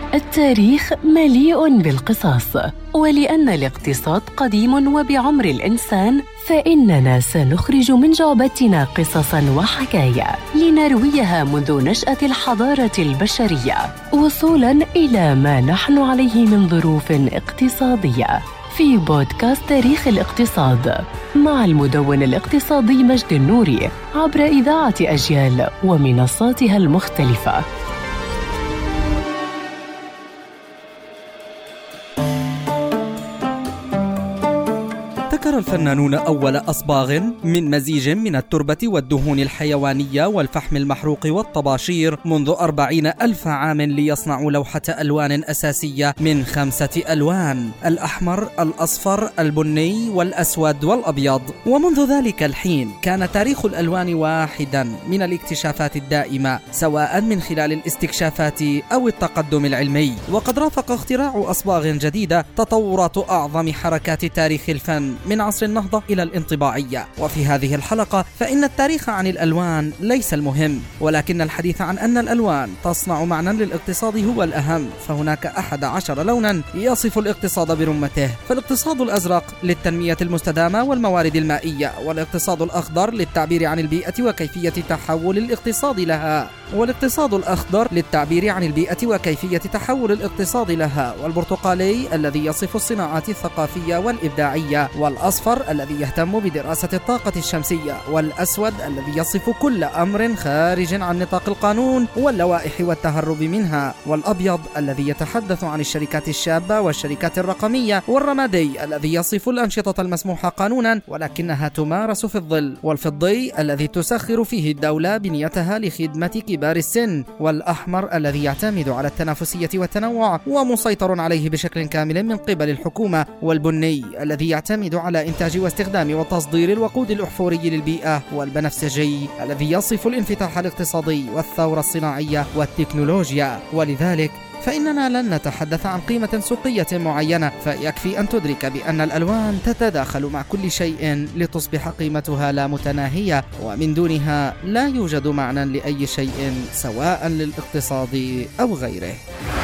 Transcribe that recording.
التاريخ مليء بالقصص، ولأن الاقتصاد قديم وبعمر الإنسان، فإننا سنخرج من جعبتنا قصصاً وحكايا لنرويها منذ نشأة الحضارة البشرية وصولاً إلى ما نحن عليه من ظروف اقتصادية، في بودكاست تاريخ الاقتصاد مع المدون الاقتصادي مجد النوري عبر إذاعة أجيال ومنصاتها المختلفة. ابتكر الفنانون أول أصباغ من مزيج من التربة والدهون الحيوانية والفحم المحروق والطباشير منذ 40,000 عام ليصنعوا لوحة ألوان أساسية من 5 ألوان: الأحمر، الأصفر، البني، والأسود، والأبيض. ومنذ ذلك الحين كان تاريخ الألوان واحدا من الاكتشافات الدائمة، سواء من خلال الاستكشافات أو التقدم العلمي. وقد رافق اختراع أصباغ جديدة تطورات أعظم حركات تاريخ الفن من عصر النهضة إلى الانطباعية. وفي هذه الحلقة فإن التاريخ عن الألوان ليس المهم، ولكن الحديث عن أن الألوان تصنع معنى للاقتصاد هو الأهم. فهناك 11 لونا يصف الاقتصاد برمته، فالاقتصاد الأزرق للتنمية المستدامة والموارد المائية، والاقتصاد الأخضر للتعبير عن البيئة وكيفية تحول الاقتصاد لها، والاقتصاد الأخضر للتعبير عن البيئة وكيفية تحول الاقتصاد لها، والبرتقالي الذي يصف الصناعات الثقافية والإبداعية، والأصفر الذي يهتم بدراسة الطاقة الشمسية، والأسود الذي يصف كل أمر خارج عن نطاق القانون واللوائح والتهرب منها، والأبيض الذي يتحدث عن الشركات الشابة والشركات الرقمية، والرمادي الذي يصف الأنشطة المسموحة قانونا ولكنها تمارس في الظل، والفضي الذي تسخر فيه الدولة بنيتها لخدمة كبار السن، والأحمر الذي يعتمد على التنافسية والتنوع ومسيطر عليه بشكل كامل من قبل الحكومة، والبني الذي يعتمد على إنتاج واستخدام وتصدير الوقود الأحفوري للبيئة، والبنفسجي الذي يصف الانفتاح الاقتصادي والثورة الصناعية والتكنولوجيا. ولذلك فإننا لن نتحدث عن قيمة سوقية معينة، فيكفي أن تدرك بأن الألوان تتداخل مع كل شيء لتصبح قيمتها لا متناهية، ومن دونها لا يوجد معنى لأي شيء سواء للاقتصاد أو غيره.